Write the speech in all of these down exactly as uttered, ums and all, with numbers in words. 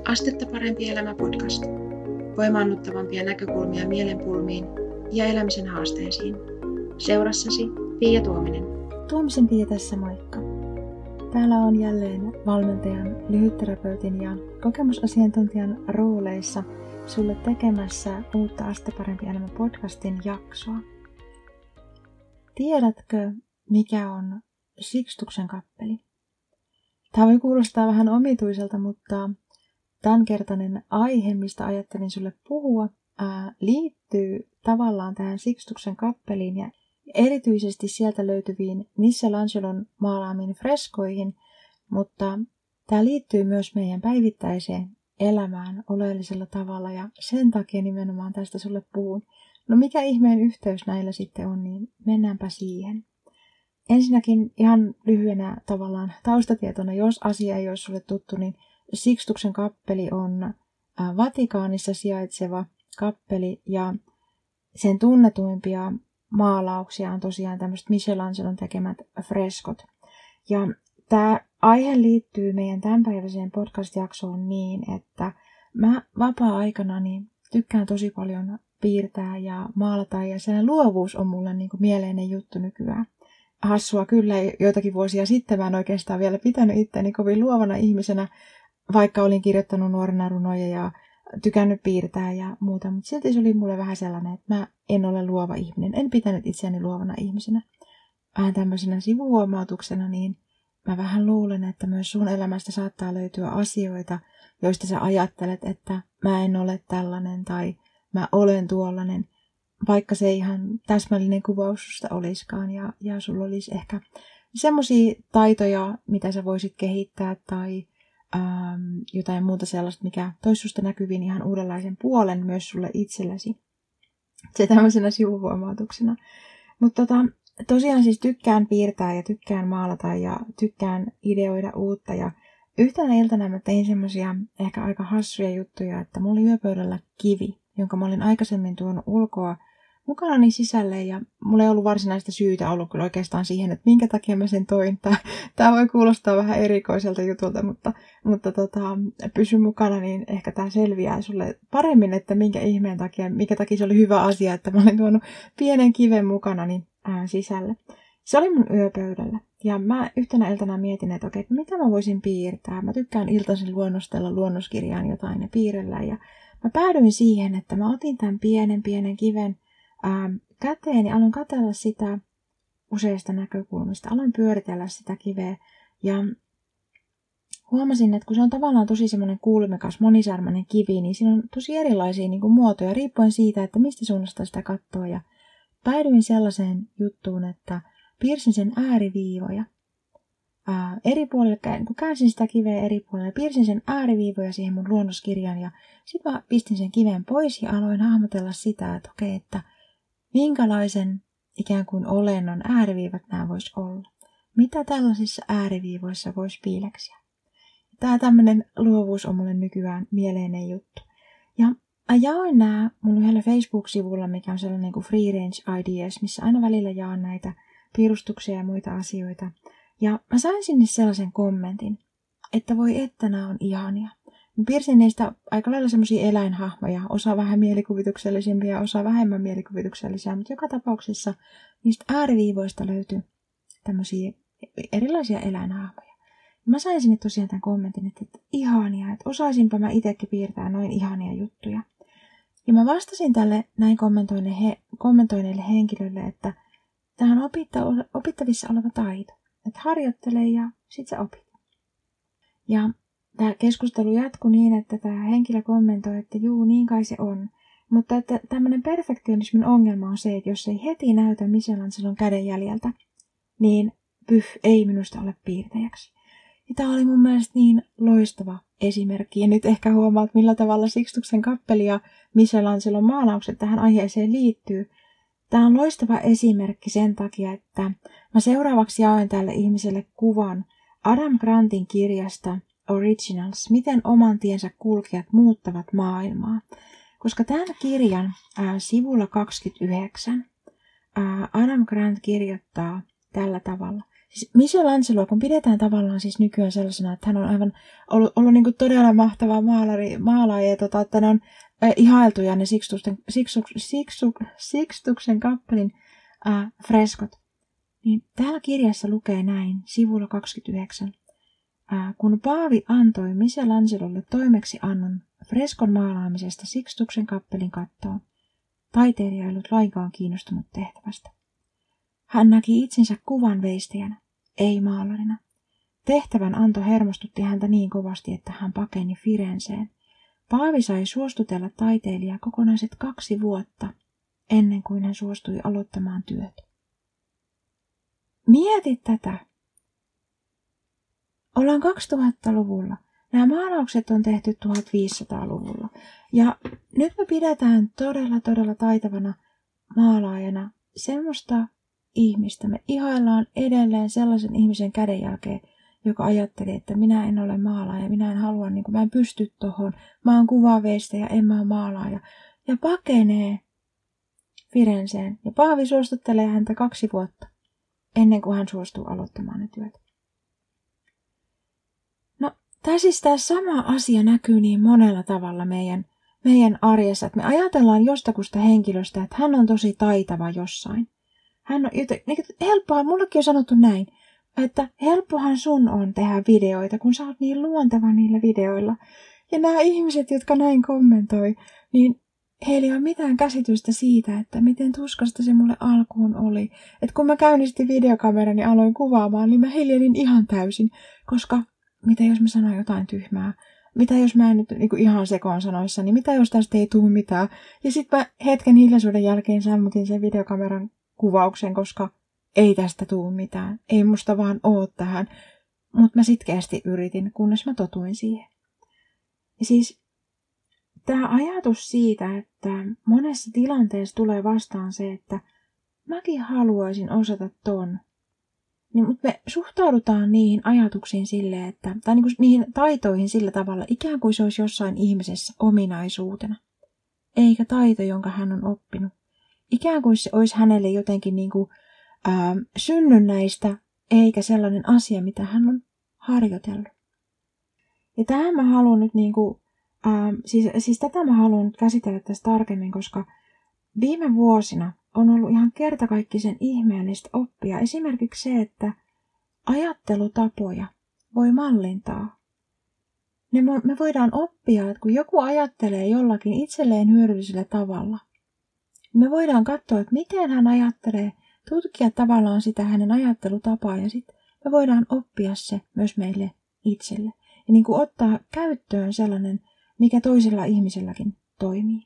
Astetta parempi elämä podcast. Voimaannuttavampia näkökulmia mielenpulmiin ja elämisen haasteisiin. Seurassasi Pia Tuominen. Tuomisen Pia tässä, moikka. Täällä on jälleen valmentajan, lyhytterapeutin ja kokemusasiantuntijan rooleissa sulle tekemässä uutta Astetta parempi elämä podcastin jaksoa. Tiedätkö, mikä on Sixtuksen kappeli? Tämä voi kuulostaa vähän omituiselta, mutta tämänkertainen aihe, mistä ajattelin sulle puhua, ää, liittyy tavallaan tähän Sixtuksen kappeliin ja erityisesti sieltä löytyviin Michelangelon maalaamiin freskoihin, mutta tämä liittyy myös meidän päivittäiseen elämään oleellisella tavalla ja sen takia nimenomaan tästä sulle puhun. No mikä ihmeen yhteys näillä sitten on, niin mennäänpä siihen. Ensinnäkin ihan lyhyenä tavallaan taustatietona, jos asia ei ole sulle tuttu, niin Sixtuksen kappeli on Vatikaanissa sijaitseva kappeli ja sen tunnetuimpia maalauksia on tosiaan tämmöiset Michelangelon tekemät freskot. Ja tämä aihe liittyy meidän tämänpäiväiseen podcast-jaksoon niin, että mä vapaa-aikanani tykkään tosi paljon piirtää ja maalata ja sen luovuus on mulle niin kuin mieleinen juttu nykyään. Hassua kyllä, joitakin vuosia sitten mä en oikeastaan vielä pitänyt itseäni kovin luovana ihmisenä, vaikka olin kirjoittanut nuorena runoja ja tykännyt piirtää ja muuta, mutta silti se oli mulle vähän sellainen, että mä en ole luova ihminen. En pitänyt itseäni luovana ihmisenä. Vähän tämmöisenä sivuhuomautuksena, niin mä vähän luulen, että myös sun elämästä saattaa löytyä asioita, joista sä ajattelet, että mä en ole tällainen tai mä olen tuollainen, vaikka se ihan täsmällinen kuvaus susta olisikaan ja, ja sulla olisi ehkä semmoisia taitoja, mitä sä voisit kehittää tai ähm, jotain muuta sellaista, mikä toisi susta näkyviin ihan uudenlaisen puolen myös sulle itsellesi. Se tämmöisenä sivuhuomautuksena. Mutta tota, tosiaan siis tykkään piirtää ja tykkään maalata ja tykkään ideoida uutta ja yhtenä iltana mä tein semmoisia ehkä aika hassuja juttuja, että mulla oli yöpöydällä kivi, jonka mä olin aikaisemmin tuonut ulkoa mukanani sisälle ja mulla ei ollut varsinaista syytä ollut kyllä oikeastaan siihen, että minkä takia mä sen toin. Tää, tää voi kuulostaa vähän erikoiselta jutulta, mutta, mutta tota, pysy mukana, niin ehkä tää selviää sulle paremmin, että minkä ihmeen takia, mikä takia se oli hyvä asia, että mä olin tuonut pienen kiven mukanani ää, sisälle. Se oli mun yöpöydällä ja mä yhtenä iltana mietin, että okei, mitä mä voisin piirtää. Mä tykkään iltaisin luonnostella luonnoskirjaan jotain ja piirrellä ja mä päädyin siihen, että mä otin tämän pienen pienen kiven ää, käteen ja aloin katsella sitä useista näkökulmista. Aloin pyöritellä sitä kiveä ja huomasin, että kun se on tavallaan tosi semmoinen kulmikas, monisärmäinen kivi, niin siinä on tosi erilaisia niin kuin muotoja riippuen siitä, että mistä suunnasta sitä katsoo. Ja päädyin sellaiseen juttuun, että piirsin sen ääriviivoja. Ää, eri puolille, kun käänsin sitä kiveä eri puolille, piirsin sen ääriviivoja siihen mun luonnoskirjaan ja sitten mä pistin sen kiven pois ja aloin hahmotella sitä, että okei, että minkälaisen ikään kuin olennon ääriviivat nämä vois olla. Mitä tällaisissa ääriviivoissa voisi piileksiä? Tämä tämmöinen luovuus on mulle nykyään mieleinen juttu. Ja mä jaoin nämä mun yhdellä Facebook-sivulla, mikä on sellainen kuin Free Range Ideas, missä aina välillä jaan näitä piirustuksia ja muita asioita. Ja mä sain sinne sellaisen kommentin, että voi että nämä on ihania. Mä piirsin niistä aika lailla semmosia eläinhahmoja, osa vähän mielikuvituksellisempia, osa vähemmän mielikuvituksellisia, mutta joka tapauksessa niistä ääriviivoista löytyi tämmöisiä erilaisia eläinhahmoja. Ja mä sain sinne tosiaan tämän kommentin, että, että ihania, että osaisinpa mä itsekin piirtää noin ihania juttuja. Ja mä vastasin tälle näin kommentoineille henkilölle, että tämä on opittavissa oleva taito. Että harjoittele ja sit sä opit. Ja tämä keskustelu jatkui niin, että tämä henkilö kommentoi, että juu, niin kai se on. Mutta että tämmöinen perfektionismin ongelma on se, että jos ei heti näytä Michelangelon kädenjäljeltä, niin pyh, ei minusta ole piirtäjäksi. Ja tämä oli mun mielestä niin loistava esimerkki. Ja nyt ehkä huomaat, millä tavalla Sixtuksen kappeli ja Michelangelon maalaukset tähän aiheeseen liittyy. Tämä on loistava esimerkki sen takia, että mä seuraavaksi jaoin tälle ihmiselle kuvan Adam Grantin kirjasta Originals, miten oman tiensä kulkijat muuttavat maailmaa. Koska tämän kirjan ää, sivulla kaksikymmentäyhdeksän ää, Adam Grant kirjoittaa tällä tavalla. Siis Michelangelo, kun pidetään tavallaan siis nykyään sellaisena, että hän on aivan ollut, ollut niin kuin todella mahtava maalari, maalaaja, tota, että ne on äh, ihailtuja ne Sixtuksen, Sixtuk, Sixtuk, Sixtuksen kappelin äh, freskot. Niin täällä kirjassa lukee näin, sivulla kaksikymmentäyhdeksän. Äh, kun Paavi antoi Michelangelolle toimeksiannon freskon maalaamisesta Sixtuksen kappelin kattoon, taiteilija ei ollut lainkaan kiinnostunut tehtävästä. Hän näki itsensä kuvan veistäjänä, ei maalarina. Tehtävän anto hermostutti häntä niin kovasti, että hän pakeni Firenzeen. Paavi sai suostutella taiteilijaa kokonaiset kaksi vuotta, ennen kuin hän suostui aloittamaan työt. Mieti tätä. Ollaan kaksituhattaluvulla. Nämä maalaukset on tehty tuhatviisisataaluvulla. Ja nyt me pidetään todella, todella taitavana maalaajana semmoista ihmistä. Me ihaillaan edelleen sellaisen ihmisen kädenjälkeen, joka ajattelee, että minä en ole maalaaja, minä en halua, niin kuin, mä en pysty tohon, mä oon kuvaveistäjä, en mä ole maalaaja. Ja pakenee Firenzeen. Ja Paavi suostuttelee häntä kaksi vuotta, ennen kuin hän suostuu aloittamaan ne työt. No, tämä siis tämä sama asia näkyy niin monella tavalla meidän, meidän arjessa, että me ajatellaan jostakusta henkilöstä, että hän on tosi taitava jossain. Hän on joten, helppohan, mullekin on sanottu näin, että helppohan sun on tehdä videoita, kun sä oot niin luonteva niillä videoilla. Ja nämä ihmiset, jotka näin kommentoi, niin heillä ei ole mitään käsitystä siitä, että miten tuskasta se mulle alkuun oli. Että kun mä käynnistin videokameran ja aloin kuvaamaan, niin mä hiljelin ihan täysin, koska mitä jos mä sanon jotain tyhmää? Mitä jos mä en nyt niin kuin ihan sekoon sanoissa, niin mitä jos tästä ei tule mitään? Ja sitten mä hetken hiljaisuuden jälkeen sammutin sen videokameran kuvauksen, koska ei tästä tule mitään. Ei musta vaan oo tähän. Mutta mä sitkeästi yritin, kunnes mä totuin siihen. Ja siis tämä ajatus siitä, että monessa tilanteessa tulee vastaan se, että mäkin haluaisin osata ton. Niin, mutta me suhtaudutaan niihin ajatuksiin silleen, että, tai niin kuin niihin taitoihin sillä tavalla, ikään kuin se olisi jossain ihmisessä ominaisuutena. Eikä taito, jonka hän on oppinut. Ikään kuin se olisi hänelle jotenkin niin kuin, ää, synnynnäistä, eikä sellainen asia, mitä hän on harjoitellut. Ja tähän mä haluan nyt, niin kuin, ää, siis, siis tätä mä haluan nyt käsitellä tässä tarkemmin, koska viime vuosina on ollut ihan kertakaikkisen ihmeellistä oppia. Esimerkiksi se, että ajattelutapoja voi mallintaa. Me voidaan oppia, että kun joku ajattelee jollakin itselleen hyödyllisellä tavalla, me voidaan katsoa, että miten hän ajattelee, tutkia tavallaan sitä hänen ajattelutapaa ja sitten me voidaan oppia se myös meille itselle. Ja niin kuin ottaa käyttöön sellainen, mikä toisella ihmiselläkin toimii.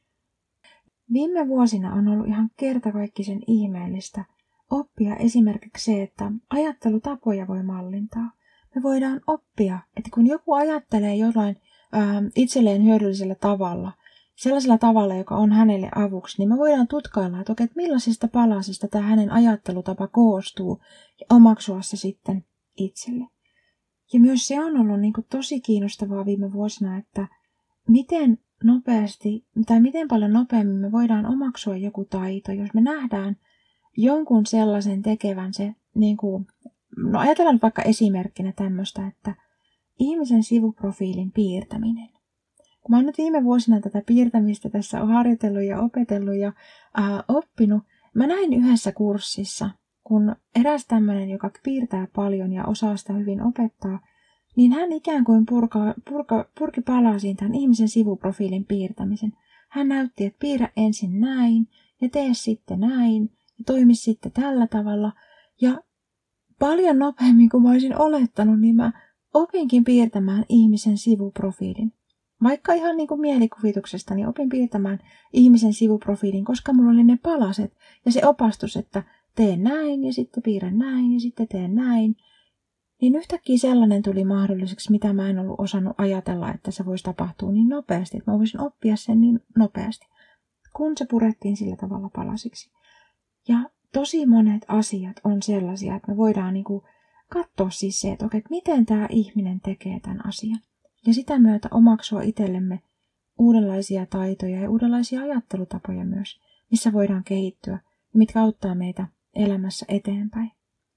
Viime vuosina on ollut ihan kertakaikkisen ihmeellistä oppia esimerkiksi se, että ajattelutapoja voi mallintaa. Me voidaan oppia, että kun joku ajattelee jollain ää, itselleen hyödyllisellä tavalla, sellaisella tavalla, joka on hänelle avuksi, niin me voidaan tutkailla, että, okei, että millaisista palasista tämä hänen ajattelutapa koostuu ja omaksua se sitten itselle. Ja myös se on ollut niin kuin tosi kiinnostavaa viime vuosina, että miten nopeasti tai miten paljon nopeammin me voidaan omaksua joku taito, jos me nähdään jonkun sellaisen tekevän se, niin kuin, no ajatellaan vaikka esimerkkinä tämmöistä, että ihmisen sivuprofiilin piirtäminen. Kun mä oon nyt viime vuosina tätä piirtämistä tässä on harjoitellut ja opetellut ja ää, oppinut, mä näin yhdessä kurssissa, kun eräs tämmöinen, joka piirtää paljon ja osaa sitä hyvin opettaa, niin hän ikään kuin purka, purka, purki palasiin tämän ihmisen sivuprofiilin piirtämisen. Hän näytti, että piirrä ensin näin ja tee sitten näin ja toimi sitten tällä tavalla. Ja paljon nopeammin kuin mä olisin olettanut, niin mä opinkin piirtämään ihmisen sivuprofiilin. Vaikka ihan niin kuin mielikuvituksesta, niin opin piirtämään ihmisen sivuprofiilin, koska mulla oli ne palaset ja se opastus, että tee näin ja sitten piirrä näin ja sitten tee näin. Niin yhtäkkiä sellainen tuli mahdolliseksi, mitä mä en ollut osannut ajatella, että se voisi tapahtua niin nopeasti, että mä voisin oppia sen niin nopeasti, kun se purettiin sillä tavalla palasiksi. Ja tosi monet asiat on sellaisia, että me voidaan niin kuin katsoa siis se, että, okei, että miten tämä ihminen tekee tämän asian. Ja sitä myötä omaksua itsellemme uudenlaisia taitoja ja uudenlaisia ajattelutapoja myös, missä voidaan kehittyä ja mitkä auttaa meitä elämässä eteenpäin.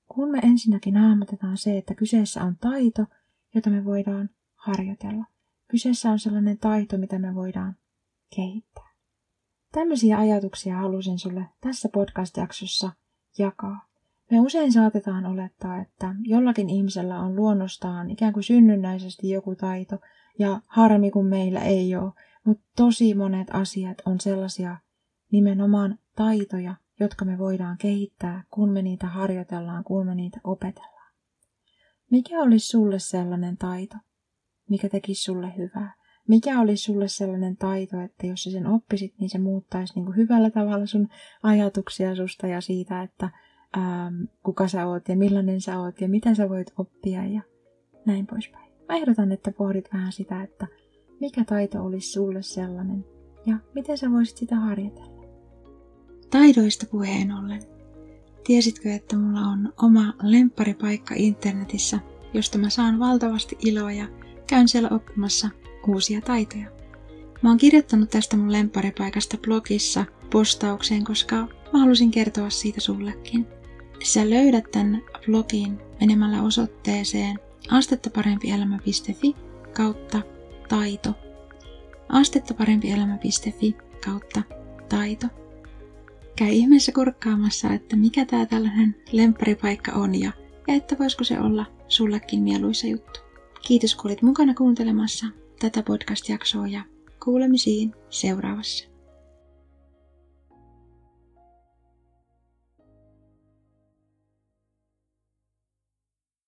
kun me ensinnäkin hahmotetaan se, että kyseessä on taito, jota me voidaan harjoitella. Kyseessä on sellainen taito, mitä me voidaan kehittää. Tämmöisiä ajatuksia halusin sulle tässä podcast-jaksossa jakaa. Me usein saatetaan olettaa, että jollakin ihmisellä on luonnostaan ikään kuin synnynnäisesti joku taito, ja harmi kun meillä ei ole, mutta tosi monet asiat on sellaisia nimenomaan taitoja, jotka me voidaan kehittää, kun me niitä harjoitellaan, kun me niitä opetellaan. Mikä olisi sulle sellainen taito, mikä tekisi sulle hyvää? Mikä olisi sulle sellainen taito, että jos sä sen oppisit, niin se muuttaisi niin kuin hyvällä tavalla sun ajatuksia susta ja siitä, että ähm, kuka sä oot ja millainen sä oot ja mitä sä voit oppia ja näin poispäin. Mä ehdotan, että pohdit vähän sitä, että mikä taito olisi sulle sellainen ja miten sä voisit sitä harjoitella. Taidoista puheen ollen. Tiesitkö, että mulla on oma lempparipaikka internetissä, josta mä saan valtavasti iloa ja käyn siellä oppimassa uusia taitoja. Mä oon kirjoittanut tästä mun lempparipaikasta blogissa postaukseen, koska mä halusin kertoa siitä sullekin. Sä löydät tän blogin menemällä osoitteeseen astettaparempielämä piste fi kautta taito. astettaparempielämä piste fi kautta taito. Käy ihmeessä kurkkaamassa, että mikä tää tällainen lempparipaikka on ja, ja että voisiko se olla sullekin mieluisa juttu. Kiitos kun olit mukana kuuntelemassa tätä podcast-jaksoa ja kuulemisiin seuraavassa.